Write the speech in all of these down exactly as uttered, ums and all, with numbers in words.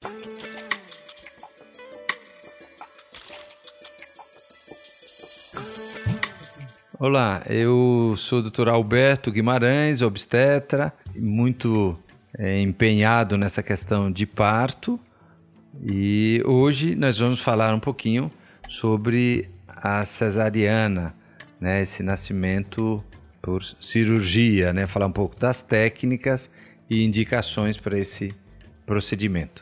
Olá, eu sou o doutor Alberto Guimarães, obstetra, muito é, empenhado nessa questão de parto, e hoje nós vamos falar um pouquinho sobre a cesariana, né, esse nascimento por cirurgia, né, falar um pouco das técnicas e indicações para esse procedimento.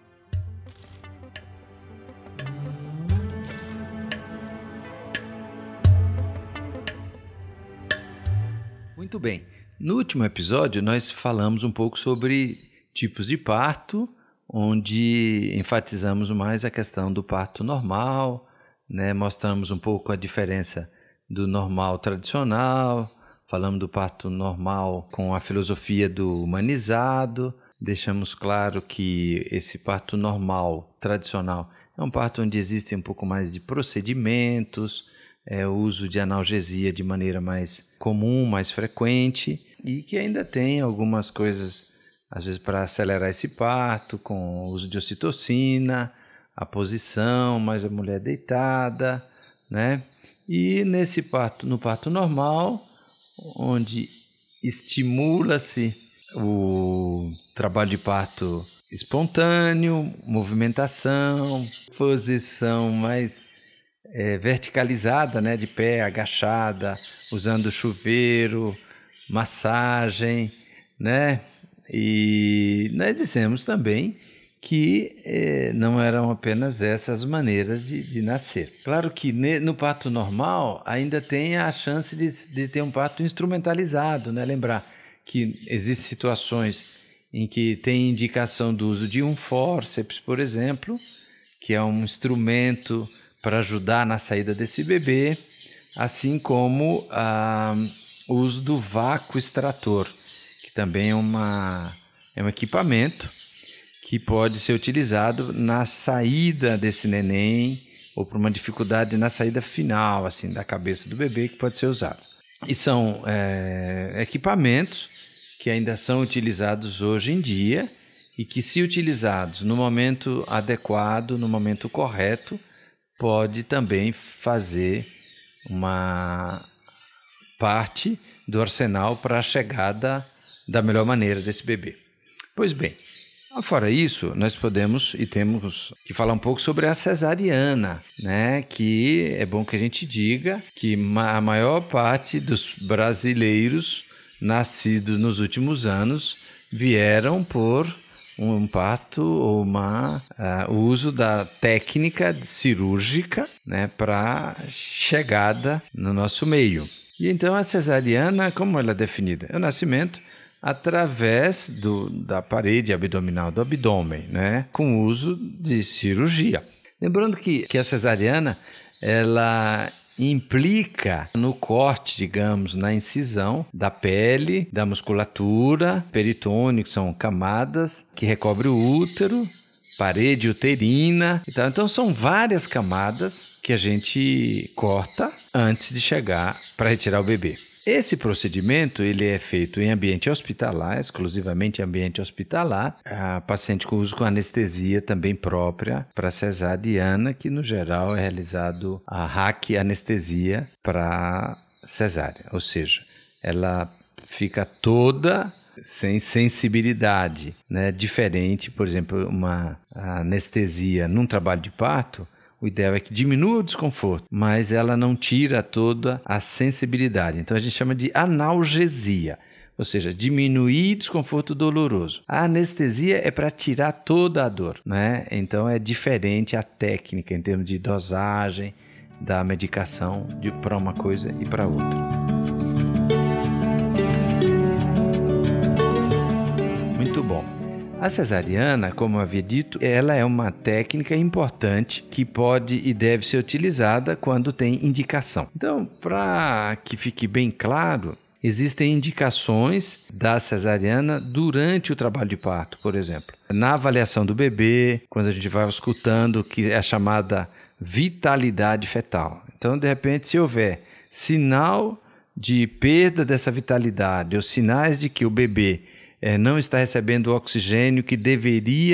Muito bem, no último episódio nós falamos um pouco sobre tipos de parto, onde enfatizamos mais a questão do parto normal, né? Mostramos um pouco a diferença do normal tradicional, falamos do parto normal com a filosofia do humanizado, deixamos claro que esse parto normal tradicional é um parto onde existe um pouco mais de procedimentos, É, o uso de analgesia de maneira mais comum, mais frequente, e que ainda tem algumas coisas, às vezes, para acelerar esse parto, com o uso de ocitocina, a posição, mais a mulher deitada, né? E nesse parto, no parto normal, onde estimula-se o trabalho de parto espontâneo, movimentação, posição mais É, verticalizada, né, de pé, agachada, usando chuveiro, massagem, né? E nós dissemos também que eh, não eram apenas essas maneiras de, de nascer. Claro que ne, no parto normal ainda tem a chance de, de ter um parto instrumentalizado, né? Lembrar que existem situações em que tem indicação do uso de um fórceps, por exemplo, que é um instrumento para ajudar na saída desse bebê, assim como ah, o uso do vácuo extrator, que também é, uma, é um equipamento que pode ser utilizado na saída desse neném ou por uma dificuldade na saída final, assim, da cabeça do bebê, que pode ser usado. E são é, equipamentos que ainda são utilizados hoje em dia e que, se utilizados no momento adequado, no momento correto, pode também fazer uma parte do arsenal para a chegada da melhor maneira desse bebê. Pois bem, fora isso, nós podemos e temos que falar um pouco sobre a cesariana, né? Que é bom que a gente diga que a maior parte dos brasileiros nascidos nos últimos anos vieram por um parto ou uma, uh, o uso da técnica cirúrgica, né, para chegada no nosso meio. E então a cesariana, como ela é definida? É o nascimento através do, da parede abdominal do abdômen, né, com o uso de cirurgia. Lembrando que, que a cesariana ela implica no corte, digamos, na incisão da pele, da musculatura, peritônio, que são camadas que recobrem o útero, parede uterina. Então, então são várias camadas que a gente corta antes de chegar para retirar o bebê. Esse procedimento ele é feito em ambiente hospitalar, exclusivamente em ambiente hospitalar. A paciente com uso com anestesia também própria para cesariana, que no geral é realizado a raquianestesia para cesárea, ou seja, ela fica toda sem sensibilidade, né? Diferente, por exemplo, uma anestesia num trabalho de parto. O ideal é que diminua o desconforto, mas ela não tira toda a sensibilidade. Então a gente chama de analgesia, ou seja, diminuir desconforto doloroso. A anestesia é para tirar toda a dor, né? Então é diferente a técnica em termos de dosagem da medicação para uma coisa e para outra. Muito bom. A cesariana, como eu havia dito, ela é uma técnica importante que pode e deve ser utilizada quando tem indicação. Então, para que fique bem claro, existem indicações da cesariana durante o trabalho de parto, por exemplo. Na avaliação do bebê, quando a gente vai escutando que é a chamada vitalidade fetal. Então, de repente, se houver sinal de perda dessa vitalidade ou sinais de que o bebê É, não está recebendo o oxigênio que deveria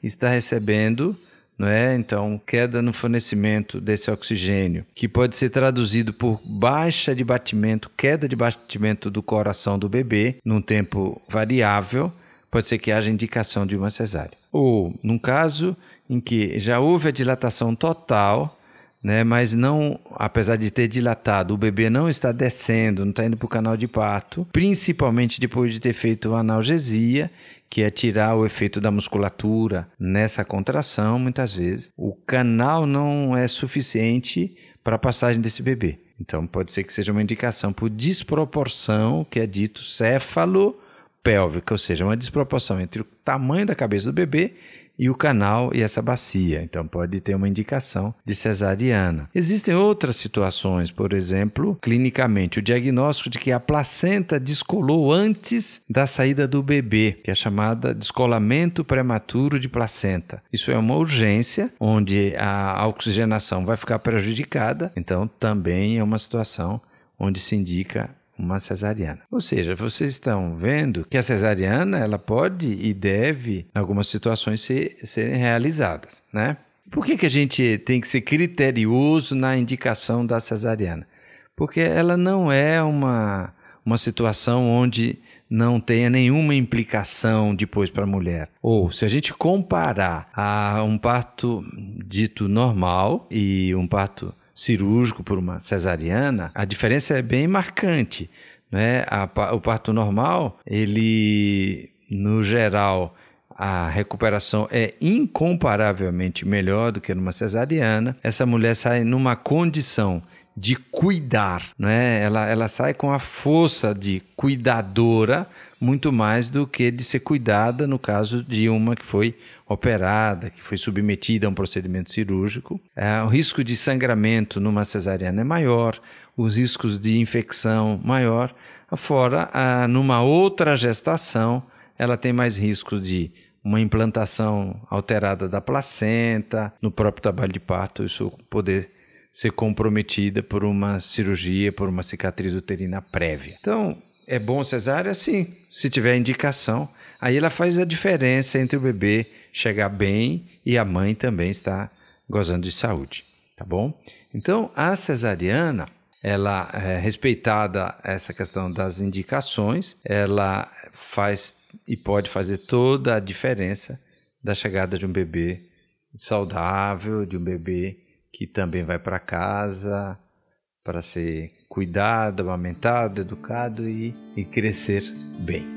está recebendo, não é? Então, queda no fornecimento desse oxigênio, que pode ser traduzido por baixa de batimento, queda de batimento do coração do bebê, num tempo variável, pode ser que haja indicação de uma cesárea. Ou, num caso em que já houve a dilatação total, né, mas não, apesar de ter dilatado, o bebê não está descendo, não está indo para o canal de parto, principalmente depois de ter feito a analgesia, que é tirar o efeito da musculatura nessa contração, muitas vezes. O canal não é suficiente para a passagem desse bebê. Então, pode ser que seja uma indicação por desproporção, que é dito céfalo-pélvica, ou seja, uma desproporção entre o tamanho da cabeça do bebê e o canal e essa bacia. Então, pode ter uma indicação de cesariana. Existem outras situações, por exemplo, clinicamente, o diagnóstico de que a placenta descolou antes da saída do bebê, que é chamada descolamento prematuro de placenta. Isso é uma urgência, onde a oxigenação vai ficar prejudicada, então também é uma situação onde se indica uma cesariana. Ou seja, vocês estão vendo que a cesariana ela pode e deve, em algumas situações, ser, serem realizadas, né? Por que que a gente tem que ser criterioso na indicação da cesariana? Porque ela não é uma, uma situação onde não tenha nenhuma implicação depois para a mulher. Ou, se a gente comparar a um parto dito normal e um parto cirúrgico por uma cesariana, a diferença é bem marcante, né? A, o parto normal, ele, no geral, a recuperação é incomparavelmente melhor do que numa cesariana. Essa mulher sai numa condição de cuidar, né? Ela, ela sai com a força de cuidadora muito mais do que de ser cuidada no caso de uma que foi operada, que foi submetida a um procedimento cirúrgico. É, o risco de sangramento numa cesariana é maior, os riscos de infecção maior. Fora, a, numa outra gestação, ela tem mais risco de uma implantação alterada da placenta, no próprio trabalho de parto, isso poder ser comprometida por uma cirurgia, por uma cicatriz uterina prévia. Então, é bom cesárea? Sim, se tiver indicação. Aí ela faz a diferença entre o bebê chegar bem e a mãe também estar gozando de saúde, tá bom? Então, a cesariana, ela é respeitada essa questão das indicações, ela faz e pode fazer toda a diferença da chegada de um bebê saudável, de um bebê que também vai para casa para ser cuidado, amamentado, educado e, e crescer bem.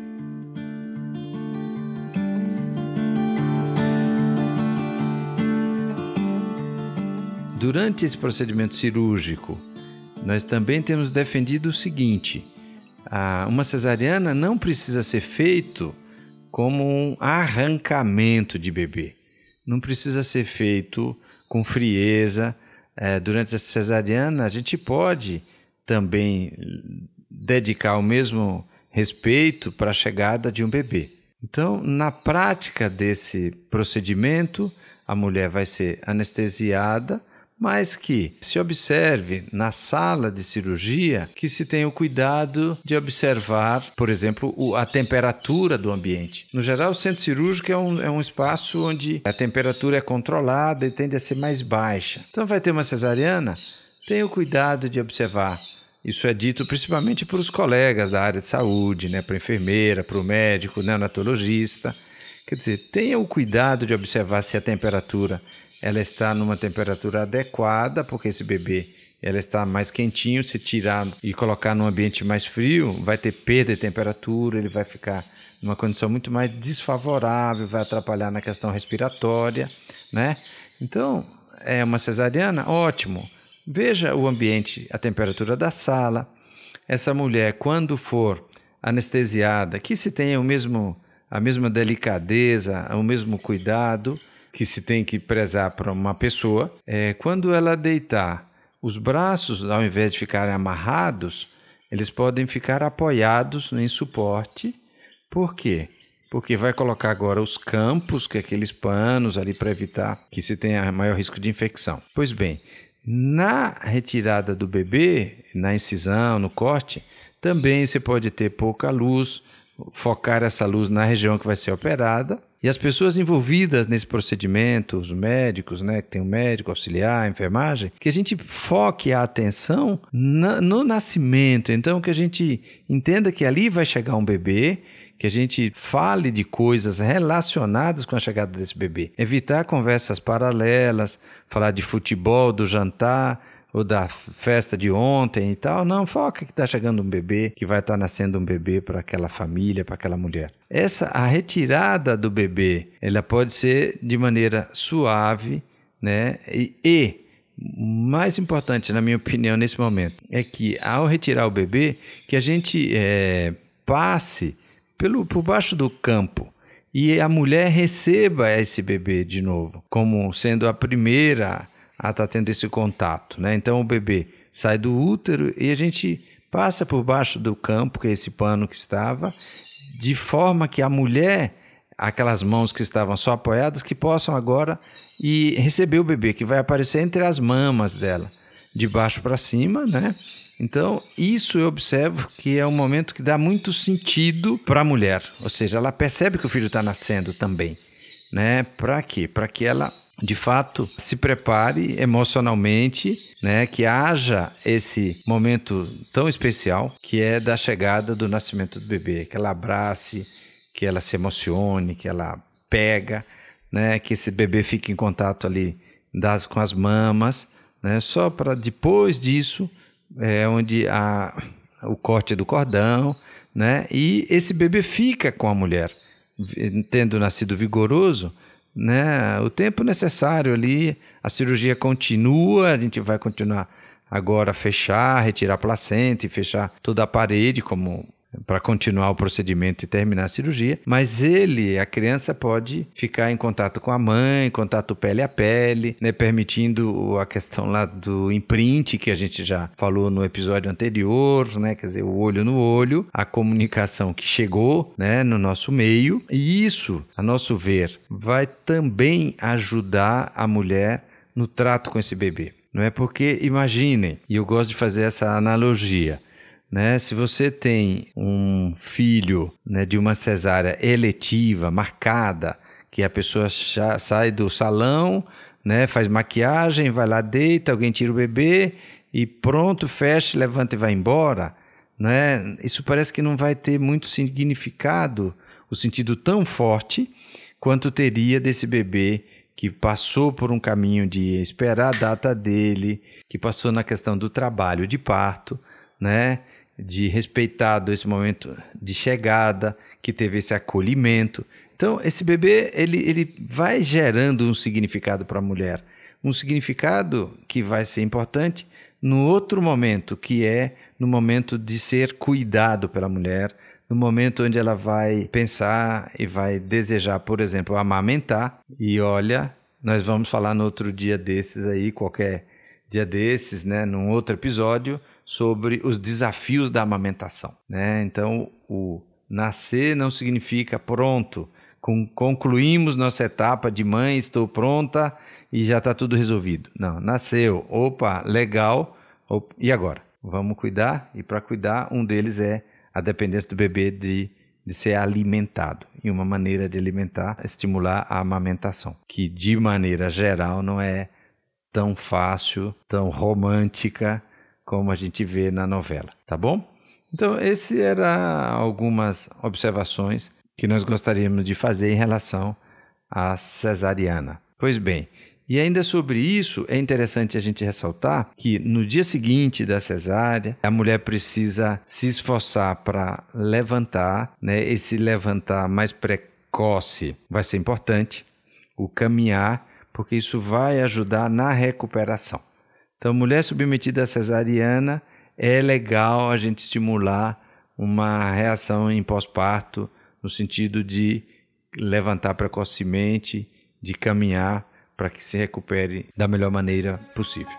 Durante esse procedimento cirúrgico, nós também temos defendido o seguinte: uma cesariana não precisa ser feito como um arrancamento de bebê. Não precisa ser feito com frieza. É, durante a cesariana, a gente pode também dedicar o mesmo respeito para a chegada de um bebê. Então, na prática desse procedimento, a mulher vai ser anestesiada, mas que se observe na sala de cirurgia que se tenha o cuidado de observar, por exemplo, a temperatura do ambiente. No geral, o centro cirúrgico é um, é um espaço onde a temperatura é controlada e tende a ser mais baixa. Então vai ter uma cesariana, tenha o cuidado de observar. Isso é dito principalmente para os colegas da área de saúde, né? Para a enfermeira, para o médico, neonatologista. Quer dizer, tenha o cuidado de observar se a temperatura ela está numa temperatura adequada, porque esse bebê ela está mais quentinho, se tirar e colocar num ambiente mais frio, vai ter perda de temperatura, ele vai ficar numa condição muito mais desfavorável, vai atrapalhar na questão respiratória, né? Então, é uma cesariana? Ótimo. Veja o ambiente, a temperatura da sala. Essa mulher, quando for anestesiada, que se tenha o mesmo, a mesma delicadeza, o mesmo cuidado que se tem que prezar para uma pessoa, é, quando ela deitar, os braços, ao invés de ficarem amarrados, eles podem ficar apoiados em suporte. Por quê? Porque vai colocar agora os campos, que é aqueles panos ali para evitar que se tenha maior risco de infecção. Pois bem, na retirada do bebê, na incisão, no corte, também você pode ter pouca luz, focar essa luz na região que vai ser operada, E as pessoas envolvidas nesse procedimento, os médicos, né, que tem o médico, auxiliar, a enfermagem, que a gente foque a atenção na, no nascimento. Então, que a gente entenda que ali vai chegar um bebê, que a gente fale de coisas relacionadas com a chegada desse bebê. Evitar conversas paralelas, falar de futebol, do jantar, ou da festa de ontem e tal. Não, foca que está chegando um bebê, que vai estar tá nascendo um bebê para aquela família, para aquela mulher. Essa, a retirada do bebê, ela pode ser de maneira suave, né? E, e mais importante, na minha opinião, nesse momento, é que ao retirar o bebê, que a gente é, passe pelo, por baixo do campo e a mulher receba esse bebê de novo, como sendo a primeira a estar tendo esse contato, né? Então o bebê sai do útero e a gente passa por baixo do campo, que é esse pano que estava, de forma que a mulher, aquelas mãos que estavam só apoiadas, que possam agora ir receber o bebê, que vai aparecer entre as mamas dela, de baixo para cima, né? Então, isso eu observo que é um momento que dá muito sentido para a mulher, ou seja, ela percebe que o filho está nascendo também, né? Para quê? Para que ela de fato se prepare emocionalmente, né, que haja esse momento tão especial que é da chegada do nascimento do bebê, que ela abrace, que ela se emocione, que ela pega, né, que esse bebê fique em contato ali das, com as mamas, né, só para depois disso é onde a, o corte do cordão, né, e esse bebê fica com a mulher, tendo nascido vigoroso, né, o tempo necessário ali, a cirurgia continua, a gente vai continuar agora a fechar, retirar a placenta e fechar toda a parede como para continuar o procedimento e terminar a cirurgia, mas ele, a criança, pode ficar em contato com a mãe, em contato pele a pele, né, permitindo a questão lá do imprint, que a gente já falou no episódio anterior, né, quer dizer, o olho no olho, a comunicação que chegou, né, no nosso meio, e isso, a nosso ver, vai também ajudar a mulher no trato com esse bebê. Não é porque, imaginem, e eu gosto de fazer essa analogia, né? Se você tem um filho, né, de uma cesárea eletiva, marcada, que a pessoa já sai do salão, né, faz maquiagem, vai lá, deita, alguém tira o bebê e pronto, fecha, levanta e vai embora, né? Isso parece que não vai ter muito significado, o sentido tão forte quanto teria desse bebê que passou por um caminho de esperar a data dele, que passou na questão do trabalho de parto, né? De respeitado esse momento de chegada, que teve esse acolhimento. Então, esse bebê ele, ele vai gerando um significado para a mulher, um significado que vai ser importante no outro momento, que é no momento de ser cuidado pela mulher, no momento onde ela vai pensar e vai desejar, por exemplo, amamentar. E olha, nós vamos falar no outro dia desses aí, qualquer dia desses, né, num outro episódio, sobre os desafios da amamentação, né? Então, o nascer não significa pronto, com, concluímos nossa etapa de mãe, estou pronta e já está tudo resolvido. Não, nasceu, opa, legal, opa, e agora? Vamos cuidar? E para cuidar, um deles é a dependência do bebê de, de ser alimentado. E uma maneira de alimentar é estimular a amamentação, que de maneira geral não é tão fácil, tão romântica, como a gente vê na novela, tá bom? Então, essas eram algumas observações que nós gostaríamos de fazer em relação à cesariana. Pois bem, e ainda sobre isso, é interessante a gente ressaltar que no dia seguinte da cesárea, a mulher precisa se esforçar para levantar, né? Esse levantar mais precoce vai ser importante, o caminhar, porque isso vai ajudar na recuperação. Então, mulher submetida à cesariana, é legal a gente estimular uma reação em pós-parto, no sentido de levantar precocemente, de caminhar para que se recupere da melhor maneira possível.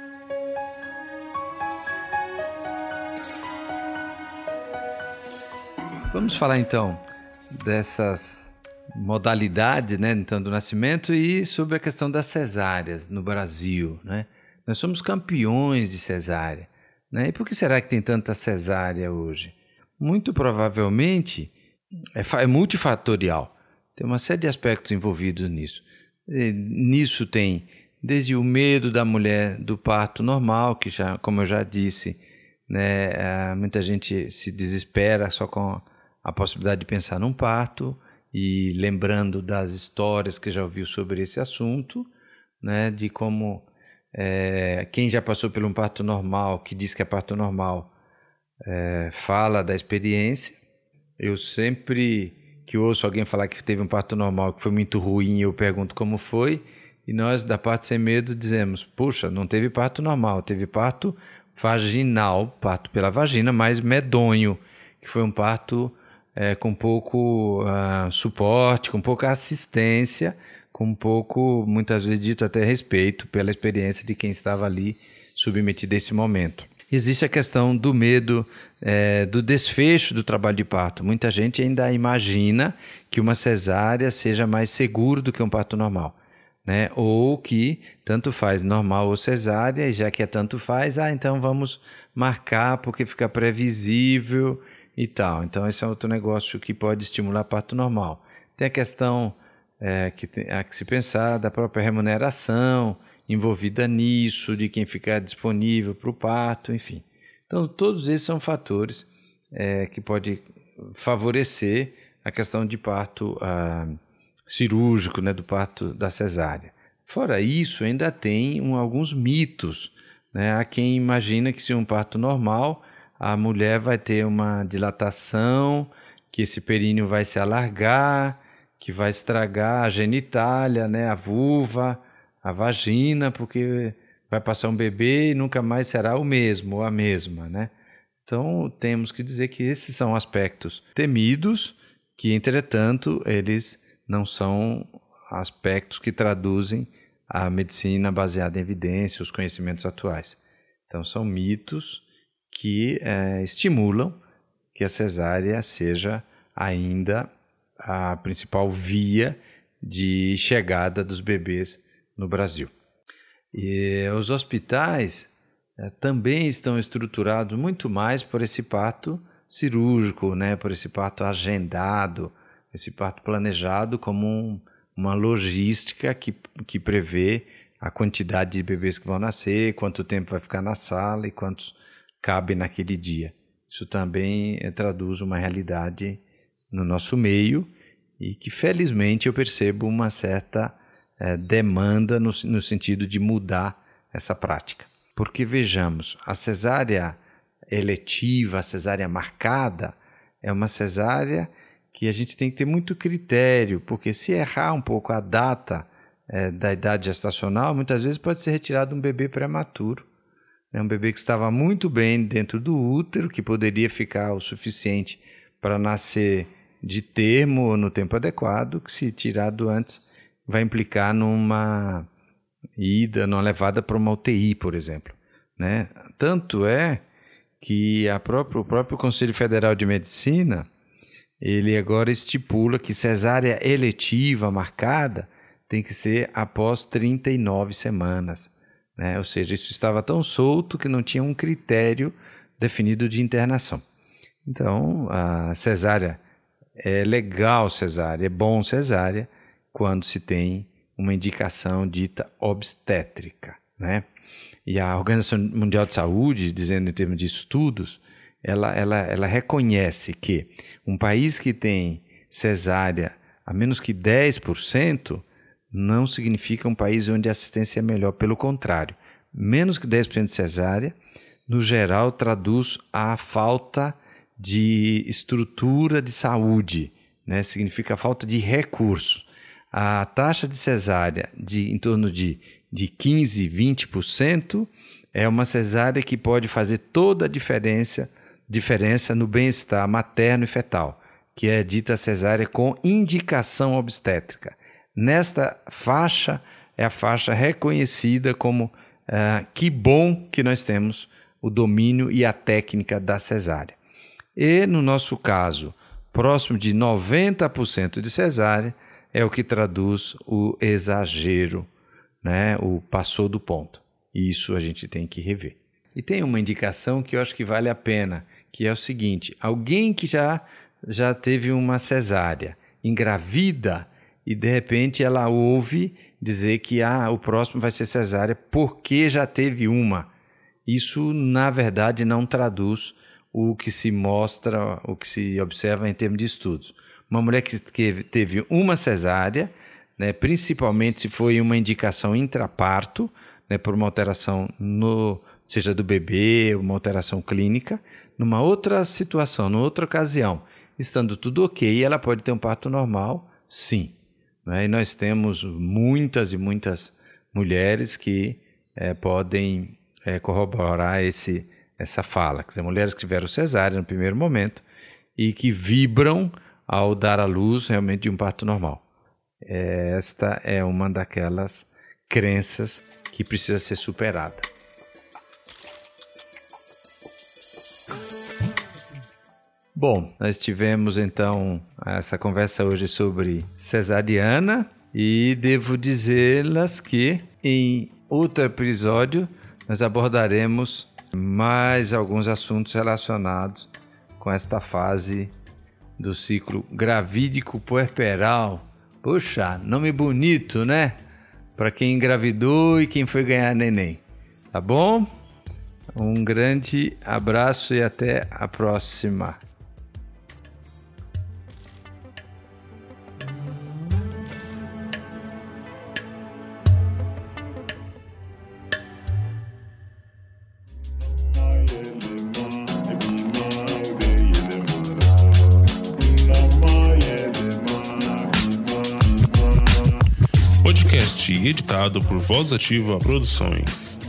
Vamos falar então dessas modalidades, né, então, do nascimento e sobre a questão das cesáreas no Brasil, né? Nós somos campeões de cesárea, né? E por que será que tem tanta cesárea hoje? Muito provavelmente é, é multifatorial. Tem uma série de aspectos envolvidos nisso. E nisso tem desde o medo da mulher do parto normal, que já, como eu já disse, né, muita gente se desespera só com a possibilidade de pensar num parto e lembrando das histórias que já ouviu sobre esse assunto, né, de como é, quem já passou por um parto normal, que diz que é parto normal, é, fala da experiência. Eu sempre que ouço alguém falar que teve um parto normal que foi muito ruim, eu pergunto como foi, e nós da Parto Sem Medo dizemos, puxa, não teve parto normal, teve parto vaginal, parto pela vagina, mas medonho, que foi um parto é, com pouco uh, suporte, com pouca assistência, com pouco, muitas vezes dito até respeito pela experiência de quem estava ali submetido a esse momento. Existe a questão do medo é, do desfecho do trabalho de parto. Muita gente ainda imagina que uma cesárea seja mais seguro do que um parto normal, né? Ou que tanto faz normal ou cesárea, e já que é tanto faz, ah, então vamos marcar porque fica previsível e tal. Então esse é outro negócio que pode estimular parto normal. Tem a questão é, que tem, há que se pensar da própria remuneração envolvida nisso, de quem ficar disponível para o parto, enfim. Então, todos esses são fatores é, que podem favorecer a questão de parto ah, cirúrgico, né, do parto da cesárea. Fora isso, ainda tem um, alguns mitos, né? Há quem imagina que se um parto normal, a mulher vai ter uma dilatação, que esse períneo vai se alargar, que vai estragar a genitália, né, a vulva, a vagina, porque vai passar um bebê e nunca mais será o mesmo ou a mesma, né? Então, temos que dizer que esses são aspectos temidos, que, entretanto, eles não são aspectos que traduzem a medicina baseada em evidência, os conhecimentos atuais. Então, são mitos que é, estimulam que a cesárea seja ainda a principal via de chegada dos bebês no Brasil. E os hospitais eh, também estão estruturados muito mais por esse parto cirúrgico, né? Por esse parto agendado, esse parto planejado como um, uma logística que, que prevê a quantidade de bebês que vão nascer, quanto tempo vai ficar na sala e quantos cabem naquele dia. Isso também eh, traduz uma realidade no nosso meio e que felizmente eu percebo uma certa É, demanda no, no sentido de mudar essa prática. Porque vejamos, a cesárea eletiva, a cesárea marcada, é uma cesárea que a gente tem que ter muito critério, porque se errar um pouco a data é, da idade gestacional, muitas vezes pode ser retirado um bebê prematuro, né? Um bebê que estava muito bem dentro do útero, que poderia ficar o suficiente para nascer de termo ou no tempo adequado, que se tirado antes vai implicar numa ida, numa levada para uma U T I, por exemplo, né? Tanto é que a própria, o próprio Conselho Federal de Medicina, ele agora estipula que cesárea eletiva marcada tem que ser após trinta e nove semanas, né? Ou seja, isso estava tão solto que não tinha um critério definido de internação. Então, a cesárea é legal, cesárea, é bom cesárea, quando se tem uma indicação dita obstétrica, né? E a Organização Mundial de Saúde, dizendo em termos de estudos, ela, ela, ela reconhece que um país que tem cesárea a menos que dez por cento não significa um país onde a assistência é melhor. Pelo contrário, menos que dez por cento de cesárea, no geral, traduz a falta de estrutura de saúde, né? Significa a falta de recursos. A taxa de cesárea de em torno de, de quinze, vinte por cento é uma cesárea que pode fazer toda a diferença, diferença no bem-estar materno e fetal, que é dita cesárea com indicação obstétrica. Nesta faixa é a faixa reconhecida como ah, que bom que nós temos o domínio e a técnica da cesárea. E no nosso caso, próximo de noventa por cento de cesárea, é o que traduz o exagero, né? O passou do ponto. E isso a gente tem que rever. E tem uma indicação que eu acho que vale a pena, que é o seguinte: alguém que já, já teve uma cesárea, engravida, e de repente ela ouve dizer que ah, o próximo vai ser cesárea porque já teve uma. Isso, na verdade, não traduz o que se mostra, o que se observa em termos de estudos. Uma mulher que teve uma cesárea, né, principalmente se foi uma indicação intraparto, né, por uma alteração, no, seja do bebê, uma alteração clínica, numa outra situação, numa outra ocasião, estando tudo ok, ela pode ter um parto normal, sim. Né? E nós temos muitas e muitas mulheres que é, podem é, corroborar esse, essa fala. Quer dizer, mulheres que tiveram cesárea no primeiro momento e que vibram ao dar à luz realmente de um parto normal. É, esta é uma daquelas crenças que precisa ser superada. Bom, nós tivemos então essa conversa hoje sobre cesariana e devo dizê-las que em outro episódio nós abordaremos mais alguns assuntos relacionados com esta fase do ciclo gravídico puerperal. Puxa, nome bonito, né? Para quem engravidou e quem foi ganhar neném. Tá bom? Um grande abraço e até a próxima. Podcast editado por Voz Ativa Produções.